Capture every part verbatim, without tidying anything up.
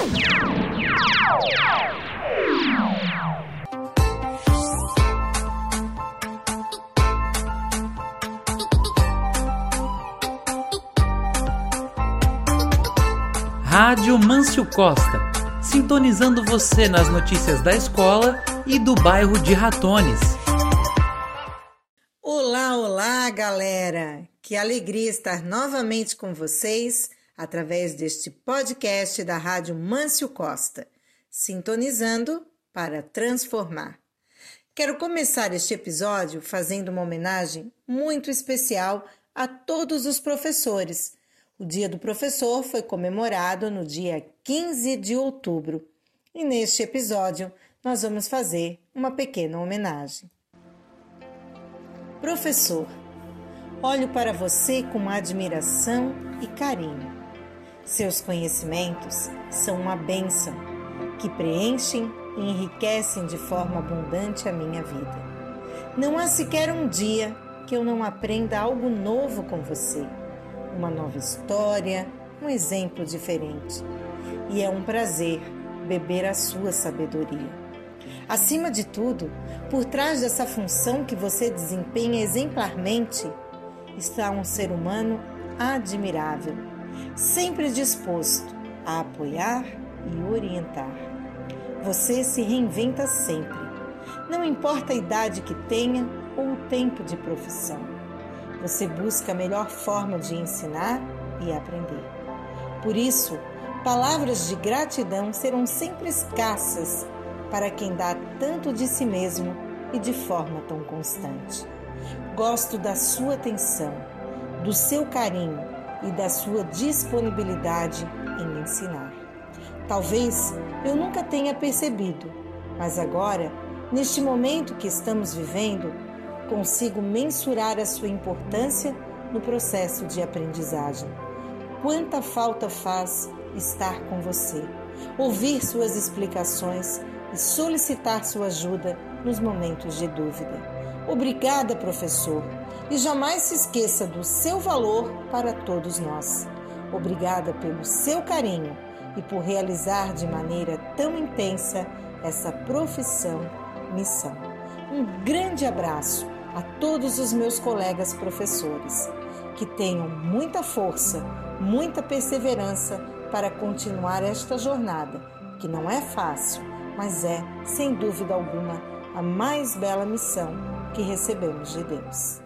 Rádio Mâncio Costa, sintonizando você nas notícias da escola e do bairro de Ratones. Olá, olá, galera! Que alegria estar novamente com vocês através deste podcast da Rádio Mâncio Costa, sintonizando para transformar. Quero começar este episódio fazendo uma homenagem muito especial a todos os professores. O Dia do Professor foi comemorado no dia quinze de outubro e neste episódio nós vamos fazer uma pequena homenagem. Professor, olho para você com admiração e carinho. Seus conhecimentos são uma bênção que preenchem e enriquecem de forma abundante a minha vida. Não há sequer um dia que eu não aprenda algo novo com você. Uma nova história, um exemplo diferente. E é um prazer beber a sua sabedoria. Acima de tudo, por trás dessa função que você desempenha exemplarmente, está um ser humano admirável, sempre disposto a apoiar e orientar. Você se reinventa sempre, não importa a idade que tenha ou o tempo de profissão. Você busca a melhor forma de ensinar e aprender. Por isso, palavras de gratidão serão sempre escassas para quem dá tanto de si mesmo e de forma tão constante. Gosto da sua atenção, do seu carinho e da sua disponibilidade em ensinar. Talvez eu nunca tenha percebido, mas agora, neste momento que estamos vivendo, consigo mensurar a sua importância no processo de aprendizagem. Quanta falta faz estar com você, ouvir suas explicações e solicitar sua ajuda nos momentos de dúvida. Obrigada, professor, e jamais se esqueça do seu valor para todos nós. Obrigada pelo seu carinho e por realizar de maneira tão intensa essa profissão-missão. Um grande abraço a todos os meus colegas professores, que tenham muita força, muita perseverança para continuar esta jornada, que não é fácil, mas é, sem dúvida alguma, a mais bela missão que recebemos de Deus.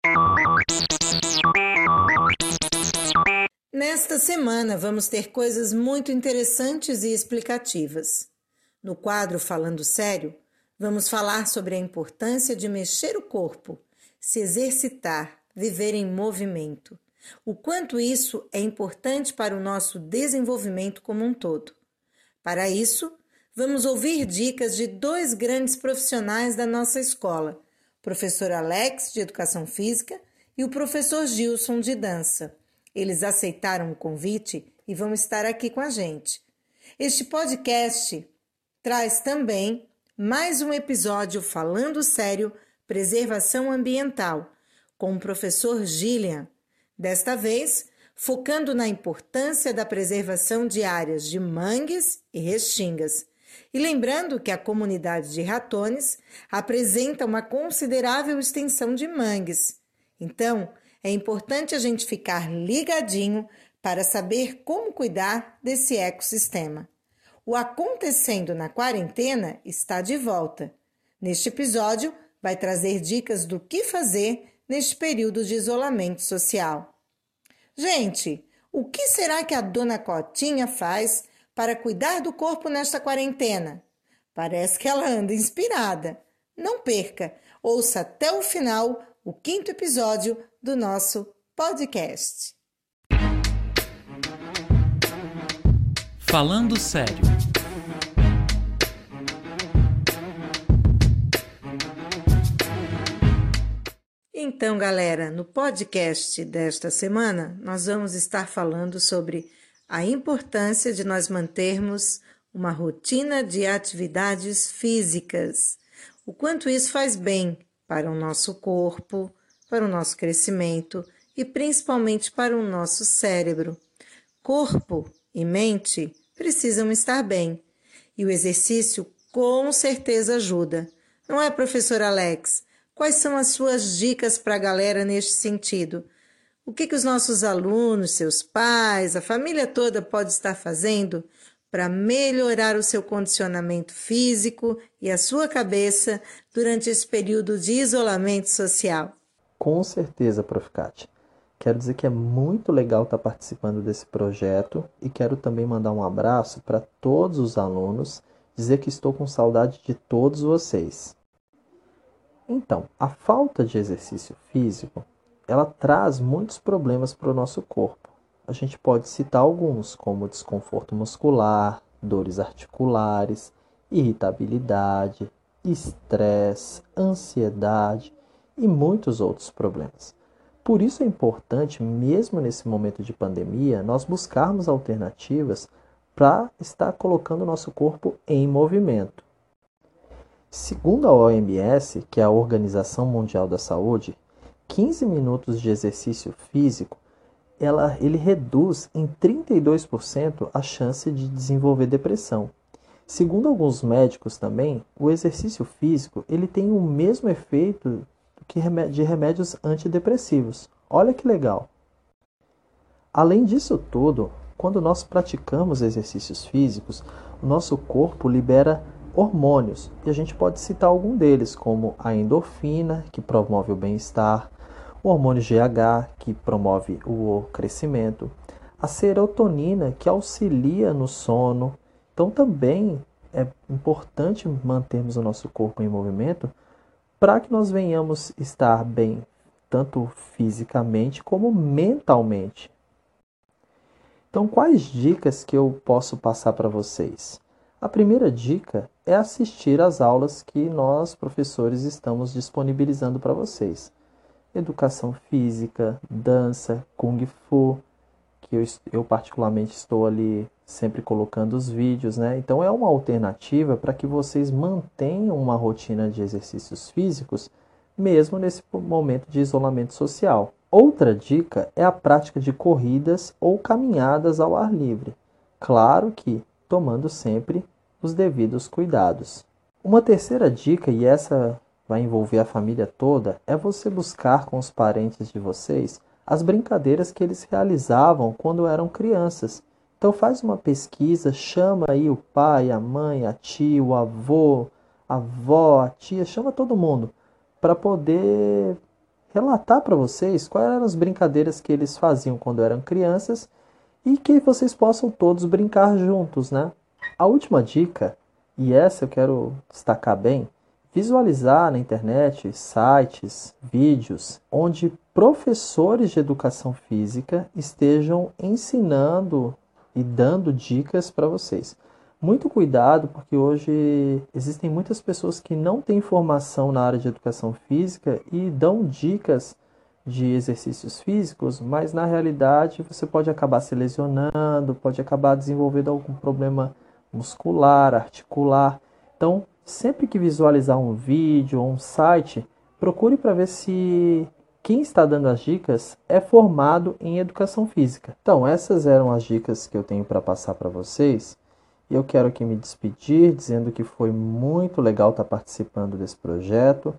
Nesta semana vamos ter coisas muito interessantes e explicativas. No quadro Falando Sério, vamos falar sobre a importância de mexer o corpo, se exercitar, viver em movimento. O quanto isso é importante para o nosso desenvolvimento como um todo. Para isso, vamos ouvir dicas de dois grandes profissionais da nossa escola, o professor Alex, de Educação Física, e o professor Gilson, de Dança. Eles aceitaram o convite e vão estar aqui com a gente. Este podcast traz também mais um episódio Falando Sério, Preservação Ambiental, com o professor Gillian. Desta vez, focando na importância da preservação de áreas de mangues e restingas. E lembrando que a comunidade de Ratones apresenta uma considerável extensão de mangues. Então, é importante a gente ficar ligadinho para saber como cuidar desse ecossistema. O Acontecendo na Quarentena está de volta. Neste episódio, vai trazer dicas do que fazer neste período de isolamento social. Gente, o que será que a dona Cotinha faz para cuidar do corpo nesta quarentena? Parece que ela anda inspirada. Não perca, ouça até o final o quinto episódio do nosso podcast. Falando Sério. Então, galera, no podcast desta semana, nós vamos estar falando sobre a importância de nós mantermos uma rotina de atividades físicas. O quanto isso faz bem para o nosso corpo, para o nosso crescimento e principalmente para o nosso cérebro. Corpo e mente precisam estar bem. E o exercício com certeza ajuda. Não é, professor Alex? Quais são as suas dicas para a galera neste sentido? O que, que os nossos alunos, seus pais, a família toda pode estar fazendo para melhorar o seu condicionamento físico e a sua cabeça durante esse período de isolamento social? Com certeza, prof Kátia. Quero dizer que é muito legal estar participando desse projeto e quero também mandar um abraço para todos os alunos, dizer que estou com saudade de todos vocês. Então, a falta de exercício físico, ela traz muitos problemas para o nosso corpo. A gente pode citar alguns, como desconforto muscular, dores articulares, irritabilidade, estresse, ansiedade e muitos outros problemas. Por isso é importante, mesmo nesse momento de pandemia, nós buscarmos alternativas para estar colocando o nosso corpo em movimento. Segundo a O M S, que é a Organização Mundial da Saúde, quinze minutos de exercício físico, ela, ele reduz em trinta e dois por cento a chance de desenvolver depressão. Segundo alguns médicos também, o exercício físico ele tem o mesmo efeito que de remédios antidepressivos. Olha que legal! Além disso tudo, quando nós praticamos exercícios físicos, o nosso corpo libera hormônios, e a gente pode citar algum deles, como a endorfina, que promove o bem-estar, o hormônio G H, que promove o crescimento, a serotonina, que auxilia no sono. Então também é importante mantermos o nosso corpo em movimento para que nós venhamos estar bem, tanto fisicamente como mentalmente. Então, quais dicas que eu posso passar para vocês? A primeira dica é assistir às aulas que nós, professores, estamos disponibilizando para vocês. Educação física, dança, kung fu, que eu, eu particularmente estou ali sempre colocando os vídeos, né? Então é uma alternativa para que vocês mantenham uma rotina de exercícios físicos, mesmo nesse momento de isolamento social. Outra dica é a prática de corridas ou caminhadas ao ar livre. Claro que tomando sempre os devidos cuidados. Uma terceira dica, e essa vai envolver a família toda, é você buscar com os parentes de vocês as brincadeiras que eles realizavam quando eram crianças. Então faz uma pesquisa, chama aí o pai, a mãe, a tia, o avô, a avó, a tia, chama todo mundo para poder relatar para vocês quais eram as brincadeiras que eles faziam quando eram crianças e que vocês possam todos brincar juntos, né? A última dica, e essa eu quero destacar bem, visualizar na internet sites, vídeos, onde professores de educação física estejam ensinando e dando dicas para vocês. Muito cuidado, porque hoje existem muitas pessoas que não têm formação na área de educação física e dão dicas de exercícios físicos, mas na realidade você pode acabar se lesionando, pode acabar desenvolvendo algum problema muscular, articular. Então, sempre que visualizar um vídeo ou um site, procure para ver se quem está dando as dicas é formado em educação física. Então, essas eram as dicas que eu tenho para passar para vocês. E eu quero aqui me despedir, dizendo que foi muito legal estar participando desse projeto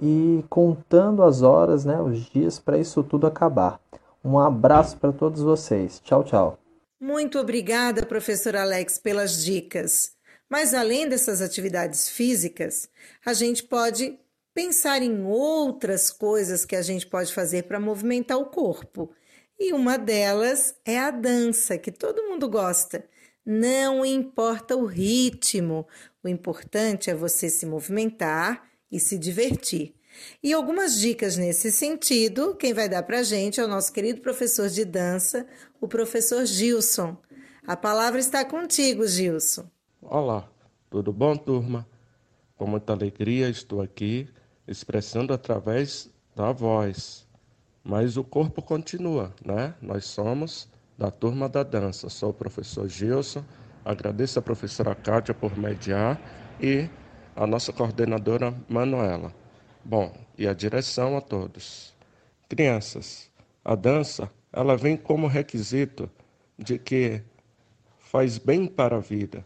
e contando as horas, né, os dias para isso tudo acabar. Um abraço para todos vocês. Tchau, tchau. Muito obrigada, professor Alex, pelas dicas. Mas além dessas atividades físicas, a gente pode pensar em outras coisas que a gente pode fazer para movimentar o corpo. E uma delas é a dança, que todo mundo gosta. Não importa o ritmo, o importante é você se movimentar e se divertir. E algumas dicas nesse sentido, quem vai dar para a gente é o nosso querido professor de dança, o professor Gilson. A palavra está contigo, Gilson. Olá, tudo bom, turma? Com muita alegria estou aqui expressando através da voz, mas o corpo continua, né? Nós somos da turma da dança. Sou o professor Gilson, agradeço a professora Kátia por mediar e a nossa coordenadora Manuela. Bom, e a direção a todos. Crianças, a dança, ela vem como requisito de que faz bem para a vida.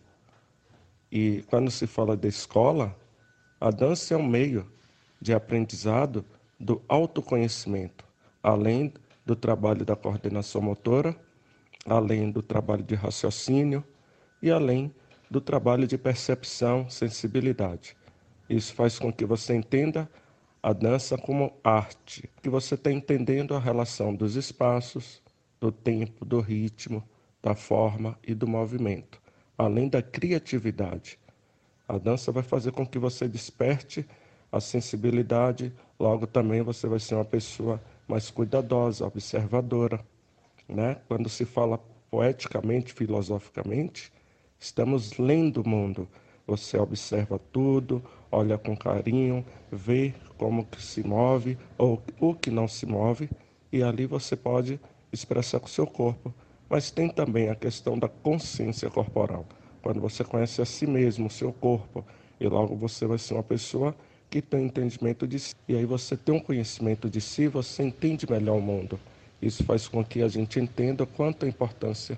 E quando se fala de escola, a dança é um meio de aprendizado do autoconhecimento, além do trabalho da coordenação motora, além do trabalho de raciocínio e além do trabalho de percepção, sensibilidade. Isso faz com que você entenda a dança como arte, que você está entendendo a relação dos espaços, do tempo, do ritmo, da forma e do movimento, além da criatividade. A dança vai fazer com que você desperte a sensibilidade, logo também você vai ser uma pessoa mais cuidadosa, observadora, né? Quando se fala poeticamente, filosoficamente, estamos lendo o mundo. Você observa tudo, olha com carinho, vê como que se move ou o que não se move, e ali você pode expressar com o seu corpo. Mas tem também a questão da consciência corporal. Quando você conhece a si mesmo, o seu corpo, e logo você vai ser uma pessoa que tem entendimento de si. E aí você tem um conhecimento de si, você entende melhor o mundo. Isso faz com que a gente entenda quanta importância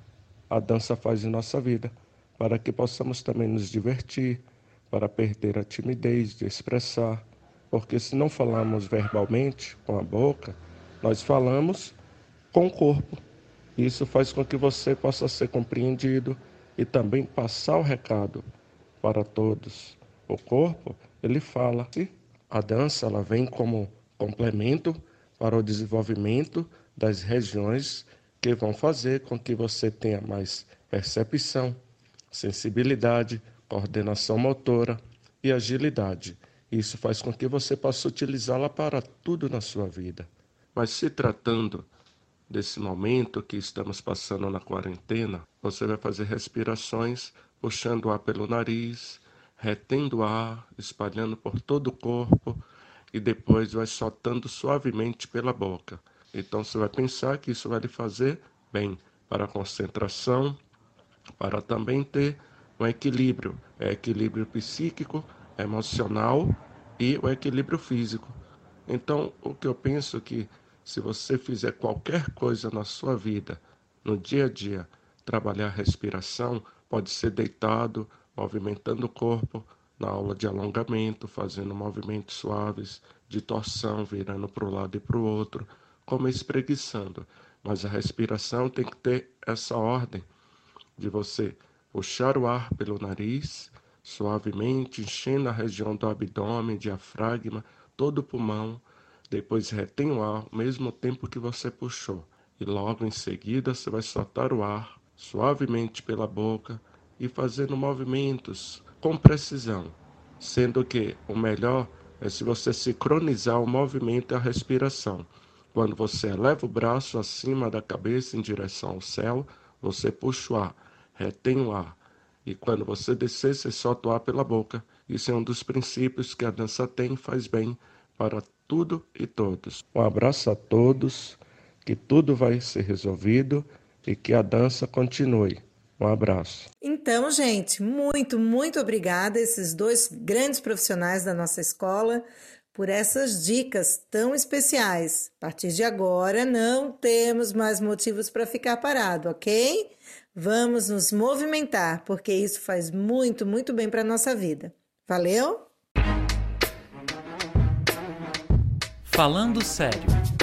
a dança faz em nossa vida, para que possamos também nos divertir, para perder a timidez de expressar. Porque se não falamos verbalmente, com a boca, nós falamos com o corpo. Isso faz com que você possa ser compreendido e também passar o recado para todos. O corpo, ele fala. A dança, ela vem como complemento para o desenvolvimento das regiões que vão fazer com que você tenha mais percepção, sensibilidade, coordenação motora e agilidade. Isso faz com que você possa utilizá-la para tudo na sua vida. Mas se tratando desse momento que estamos passando na quarentena, você vai fazer respirações puxando o ar pelo nariz, retendo o ar, espalhando por todo o corpo e depois vai soltando suavemente pela boca. Então você vai pensar que isso vai lhe fazer bem para a concentração, para também ter um equilíbrio, é equilíbrio psíquico, emocional e o equilíbrio físico. Então, o que eu penso que se você fizer qualquer coisa na sua vida, no dia a dia, trabalhar a respiração, pode ser deitado, movimentando o corpo, na aula de alongamento, fazendo movimentos suaves, de torção, virando para um lado e para o outro, como espreguiçando. Mas a respiração tem que ter essa ordem de você puxar o ar pelo nariz, suavemente, enchendo a região do abdômen, diafragma, todo o pulmão. Depois retém o ar ao mesmo tempo que você puxou. E logo em seguida você vai soltar o ar suavemente pela boca e fazendo movimentos com precisão. Sendo que o melhor é se você sincronizar o movimento e a respiração. Quando você eleva o braço acima da cabeça em direção ao céu, você puxa o ar, retém o ar. E quando você descer, você solta o ar pela boca. Isso é um dos princípios que a dança tem e faz bem para tudo e todos. Um abraço a todos, que tudo vai ser resolvido e que a dança continue. Um abraço. Então, gente, muito, muito obrigada a esses dois grandes profissionais da nossa escola por essas dicas tão especiais. A partir de agora, não temos mais motivos para ficar parado, ok? Vamos nos movimentar, porque isso faz muito, muito bem para a nossa vida. Valeu? Falando sério.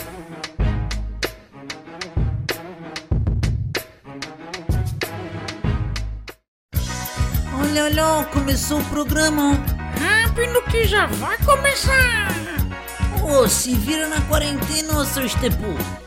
Olha, olha, começou o programa. Rápido que já vai começar. Ô, oh, se vira na quarentena, ô seu Estepu.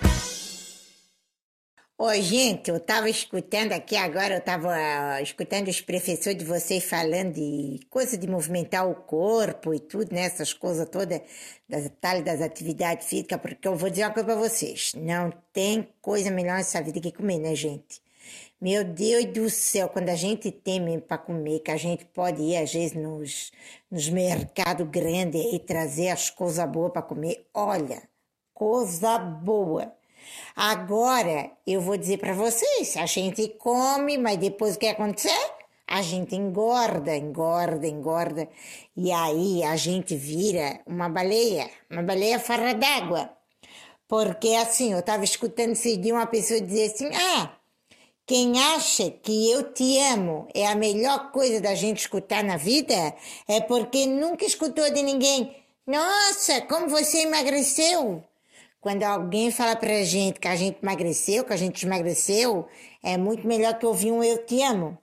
Oi, gente, eu tava escutando aqui agora, eu tava uh, escutando os professores de vocês falando de coisa de movimentar o corpo e tudo, né, essas coisas todas, das tal das atividades físicas, porque eu vou dizer uma coisa pra vocês, não tem coisa melhor nessa vida que comer, né, gente? Meu Deus do céu, quando a gente tem mesmo para comer, que a gente pode ir às vezes nos, nos mercados grandes e trazer as coisas boas para comer, olha, coisa boa. Agora, eu vou dizer para vocês, a gente come, mas depois o que acontecer? A gente engorda, engorda, engorda, e aí a gente vira uma baleia, uma baleia farra d'água. Porque assim, eu estava escutando esse dia uma pessoa dizer assim, ah, Quem acha que eu te amo é a melhor coisa da gente escutar na vida é porque nunca escutou de ninguém. Nossa, como você emagreceu! Quando alguém fala pra gente que a gente emagreceu, que a gente emagreceu, é muito melhor que ouvir um eu te amo.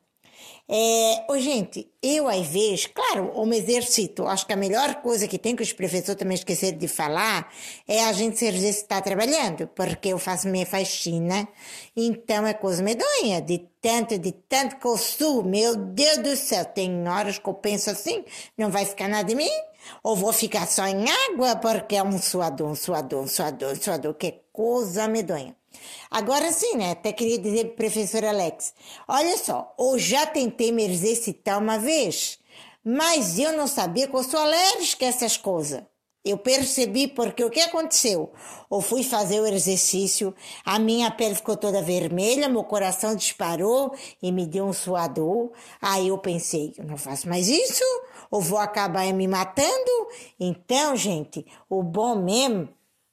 É, oh, gente, eu às vezes, claro, eu me exercito. Acho que a melhor coisa que tem, que os professores também esqueceram de falar, é a gente se exercitar trabalhando, porque eu faço minha faxina, então é coisa medonha, de tanto, de tanto que eu suo, meu Deus do céu, tem horas que eu penso assim, não vai ficar nada de mim, ou vou ficar só em água, porque é um suador, um suador, um suador, um suador, que coisa medonha. Agora sim, né? Até queria dizer pro professor Alex, olha só, eu já tentei me exercitar uma vez, mas eu não sabia que eu sou alérgica a essas coisas. Eu percebi porque o que aconteceu? Eu fui fazer o exercício, a minha pele ficou toda vermelha, meu coração disparou e me deu um suador. Aí eu pensei, eu não faço mais isso, eu vou acabar me matando. Então, gente, o bom mesmo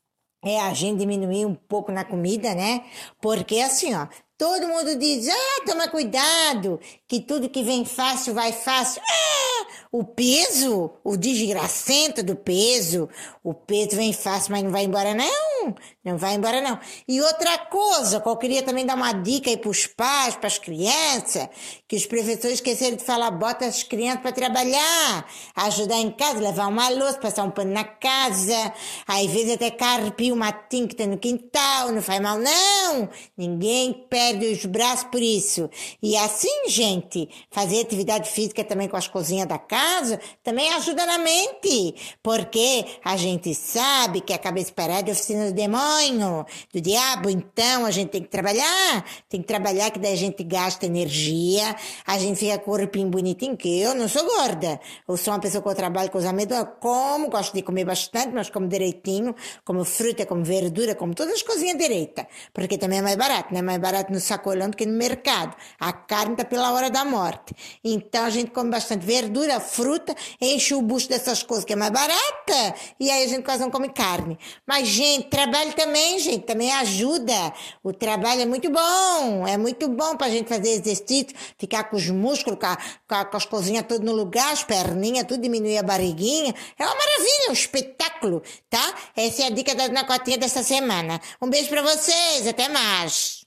é a gente diminuir um pouco na comida, né? Porque assim, ó, todo mundo diz, ah, toma cuidado, que tudo que vem fácil vai fácil. Ah, o peso, o desgracento do peso, o peso vem fácil, mas não vai embora não, não vai embora não. E outra coisa, que eu queria também dar uma dica aí pros pais, pras crianças, que os professores esqueceram de falar, bota as crianças para trabalhar, ajudar em casa, levar uma louça, passar um pano na casa, às vezes até carpir uma tinta no quintal, não faz mal não, ninguém perde os braços por isso. E assim, gente, fazer atividade física também com as cozinhas da casa, também ajuda na mente, porque a gente sabe que a cabeça parada é a oficina do demônio, do diabo, então a gente tem que trabalhar, tem que trabalhar que daí a gente gasta energia, a gente fica com o corpinho bonitinho, que eu não sou gorda, eu sou uma pessoa que eu trabalho com os amendoim, como, gosto de comer bastante, mas como direitinho, como fruta, como verdura, como todas as coisinhas direitas, porque também é mais barato, né? Mais barato no sacolão do que no mercado, a carne tá pela hora da morte, então a gente come bastante verdura, fruta, enche o bucho dessas coisas que é mais barata, e aí a gente quase não come carne. Mas, gente, trabalho também, gente, também ajuda. O trabalho é muito bom, é muito bom pra gente fazer exercício, ficar com os músculos, com, a, com, a, com as coisinhas tudo no lugar, as perninhas, tudo, diminuir a barriguinha. É uma maravilha, um espetáculo, tá? Essa é a dica da Dona Cotinha dessa semana. Um beijo pra vocês, até mais.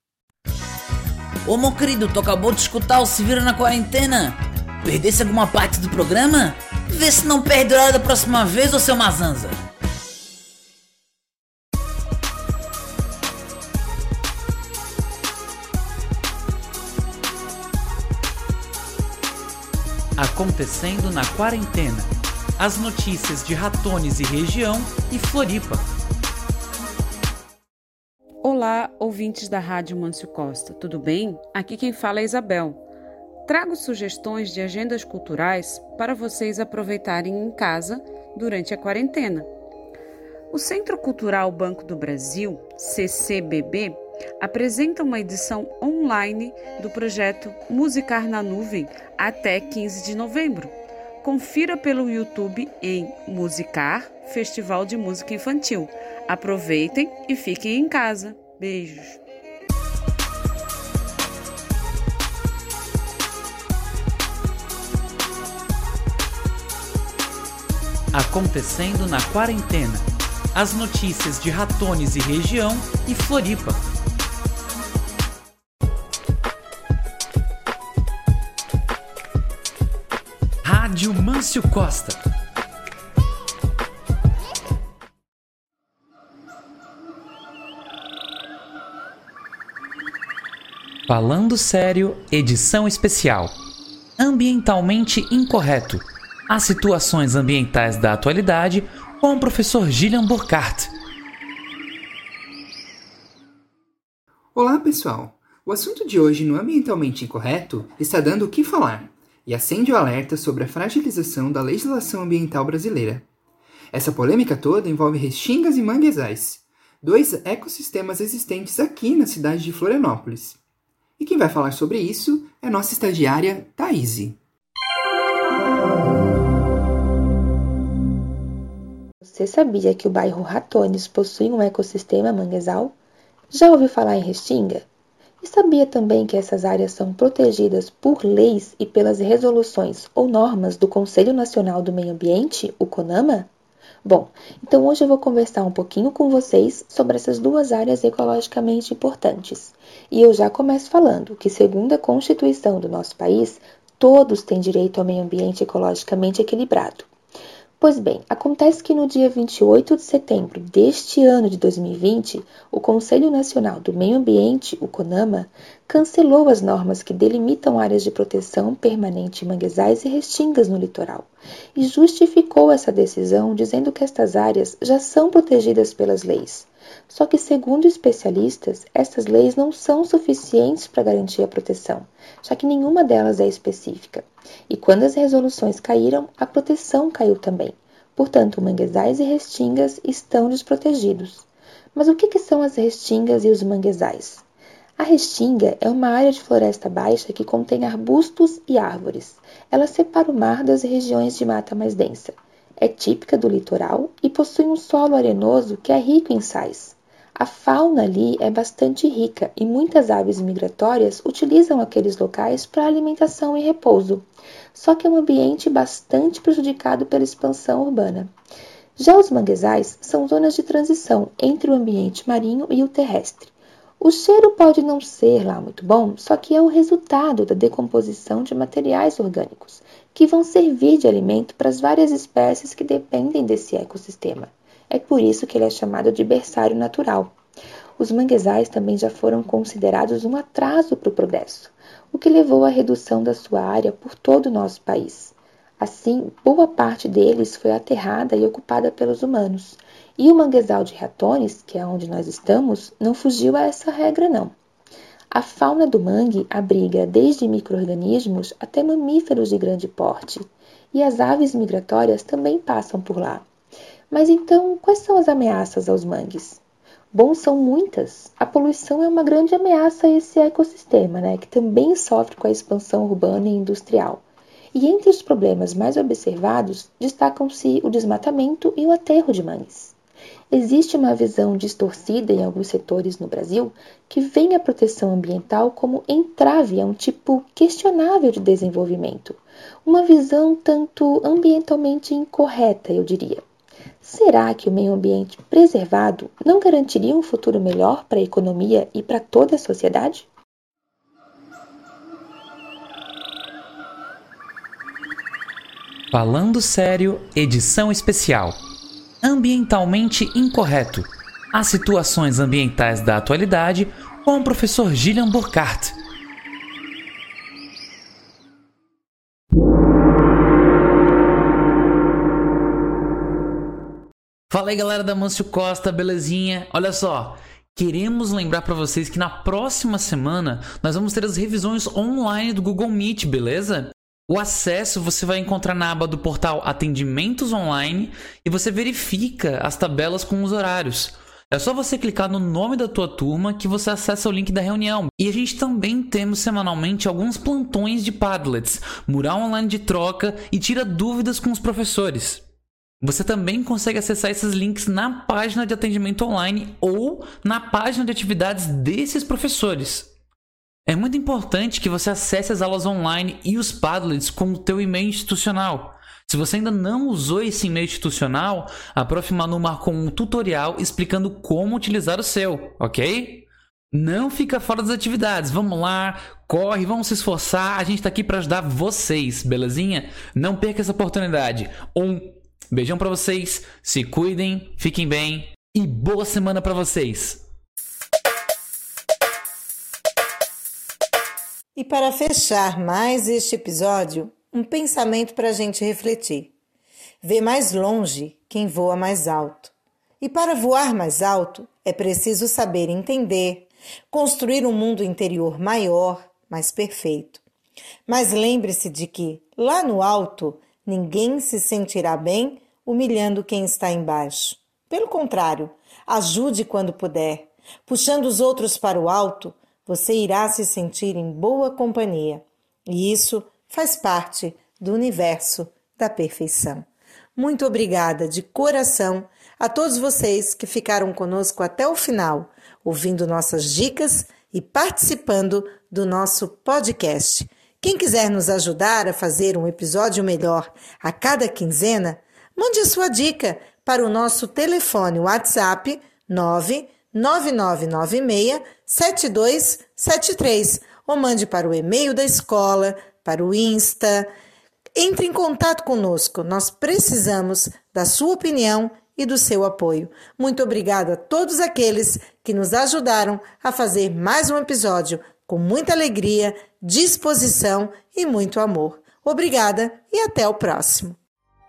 Ô, meu querido, tu acabou de escutar o Se Vira na Quarentena? Perdesse alguma parte do programa? Vê se não perde a hora da próxima vez, ô seu Mazanza. Acontecendo na quarentena. As notícias de Ratones e região e Floripa. Olá, ouvintes da Rádio Mâncio Costa, tudo bem? Aqui quem fala é Isabel. Trago sugestões de agendas culturais para vocês aproveitarem em casa durante a quarentena. O Centro Cultural Banco do Brasil, C C B B, apresenta uma edição online do projeto Musicar na Nuvem até quinze de novembro. Confira pelo YouTube em Musicar, Festival de Música Infantil. Aproveitem e fiquem em casa. Beijos! Acontecendo na quarentena. As notícias de Ratones e região e Floripa. Rádio Mâncio Costa. Falando Sério, edição especial. Ambientalmente incorreto. As situações ambientais da atualidade com o professor Gillian Burkhardt. Olá, pessoal! O assunto de hoje no Ambientalmente Incorreto está dando o que falar e acende o alerta sobre a fragilização da legislação ambiental brasileira. Essa polêmica toda envolve restingas e manguezais, dois ecossistemas existentes aqui na cidade de Florianópolis. E quem vai falar sobre isso é a nossa estagiária Thaíse. Você sabia que o bairro Ratones possui um ecossistema manguezal? Já ouviu falar em restinga? E sabia também que essas áreas são protegidas por leis e pelas resoluções ou normas do Conselho Nacional do Meio Ambiente, o CONAMA? Bom, então hoje eu vou conversar um pouquinho com vocês sobre essas duas áreas ecologicamente importantes. E eu já começo falando que, segundo a Constituição do nosso país, todos têm direito ao meio ambiente ecologicamente equilibrado. Pois bem, acontece que no dia vinte e oito de setembro deste ano de dois mil e vinte, o Conselho Nacional do Meio Ambiente, o CONAMA, cancelou as normas que delimitam áreas de proteção permanente em manguezais e restingas no litoral e justificou essa decisão dizendo que estas áreas já são protegidas pelas leis. Só que, segundo especialistas, essas leis não são suficientes para garantir a proteção, já que nenhuma delas é específica. E quando as resoluções caíram, a proteção caiu também. Portanto, manguezais e restingas estão desprotegidos. Mas o que, que são as restingas e os manguezais? A restinga é uma área de floresta baixa que contém arbustos e árvores. Ela separa o mar das regiões de mata mais densa. É típica do litoral e possui um solo arenoso que é rico em sais. A fauna ali é bastante rica e muitas aves migratórias utilizam aqueles locais para alimentação e repouso. Só que é um ambiente bastante prejudicado pela expansão urbana. Já os manguezais são zonas de transição entre o ambiente marinho e o terrestre. O cheiro pode não ser lá muito bom, só que é o resultado da decomposição de materiais orgânicos, que vão servir de alimento para as várias espécies que dependem desse ecossistema. É por isso que ele é chamado de berçário natural. Os manguezais também já foram considerados um atraso para o progresso, o que levou à redução da sua área por todo o nosso país. Assim, boa parte deles foi aterrada e ocupada pelos humanos. E o manguezal de Ratones, que é onde nós estamos, não fugiu a essa regra não. A fauna do mangue abriga desde micro-organismos até mamíferos de grande porte, e as aves migratórias também passam por lá. Mas então, quais são as ameaças aos mangues? Bom, são muitas. A poluição é uma grande ameaça a esse ecossistema, né, que também sofre com a expansão urbana e industrial. E entre os problemas mais observados, destacam-se o desmatamento e o aterro de mangues. Existe uma visão distorcida em alguns setores no Brasil que vê a proteção ambiental como entrave a um tipo questionável de desenvolvimento. Uma visão tanto ambientalmente incorreta, eu diria. Será que o meio ambiente preservado não garantiria um futuro melhor para a economia e para toda a sociedade? Falando Sério, edição especial. Ambientalmente incorreto. As situações ambientais da atualidade com o professor Gillian Burkhardt. Fala aí, galera da Mâncio Costa, belezinha? Olha só, queremos lembrar para vocês que na próxima semana nós vamos ter as revisões online do Google Meet, beleza? O acesso você vai encontrar na aba do portal Atendimentos Online e você verifica as tabelas com os horários. É só você clicar no nome da tua turma que você acessa o link da reunião. E a gente também temos semanalmente alguns plantões de Padlets, mural online de troca e tira dúvidas com os professores. Você também consegue acessar esses links na página de atendimento online ou na página de atividades desses professores. É muito importante que você acesse as aulas online e os Padlets com o teu e-mail institucional. Se você ainda não usou esse e-mail institucional, a Prof Manu marcou um tutorial explicando como utilizar o seu, ok? Não fica fora das atividades, vamos lá, corre, vamos se esforçar, a gente está aqui para ajudar vocês, belezinha? Não perca essa oportunidade. Um beijão para vocês, se cuidem, fiquem bem e boa semana para vocês! E para fechar mais este episódio, um pensamento para a gente refletir. Vê mais longe quem voa mais alto. E para voar mais alto, é preciso saber entender, construir um mundo interior maior, mais perfeito. Mas lembre-se de que, lá no alto, ninguém se sentirá bem humilhando quem está embaixo. Pelo contrário, ajude quando puder. Puxando os outros para o alto, você irá se sentir em boa companhia. E isso faz parte do universo da perfeição. Muito obrigada de coração a todos vocês que ficaram conosco até o final, ouvindo nossas dicas e participando do nosso podcast. Quem quiser nos ajudar a fazer um episódio melhor a cada quinzena, mande a sua dica para o nosso telefone WhatsApp nove nove nove nove seis sete dois sete três ou mande para o e-mail da escola, para o Insta. Entre em contato conosco, nós precisamos da sua opinião e do seu apoio. Muito obrigada a todos aqueles que nos ajudaram a fazer mais um episódio com muita alegria, disposição e muito amor. Obrigada e até o próximo.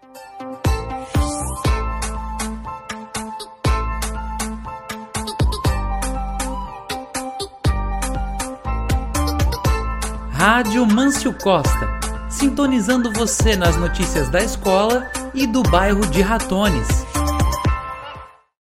Rádio Mâncio Costa, sintonizando você nas notícias da escola e do bairro de Ratones.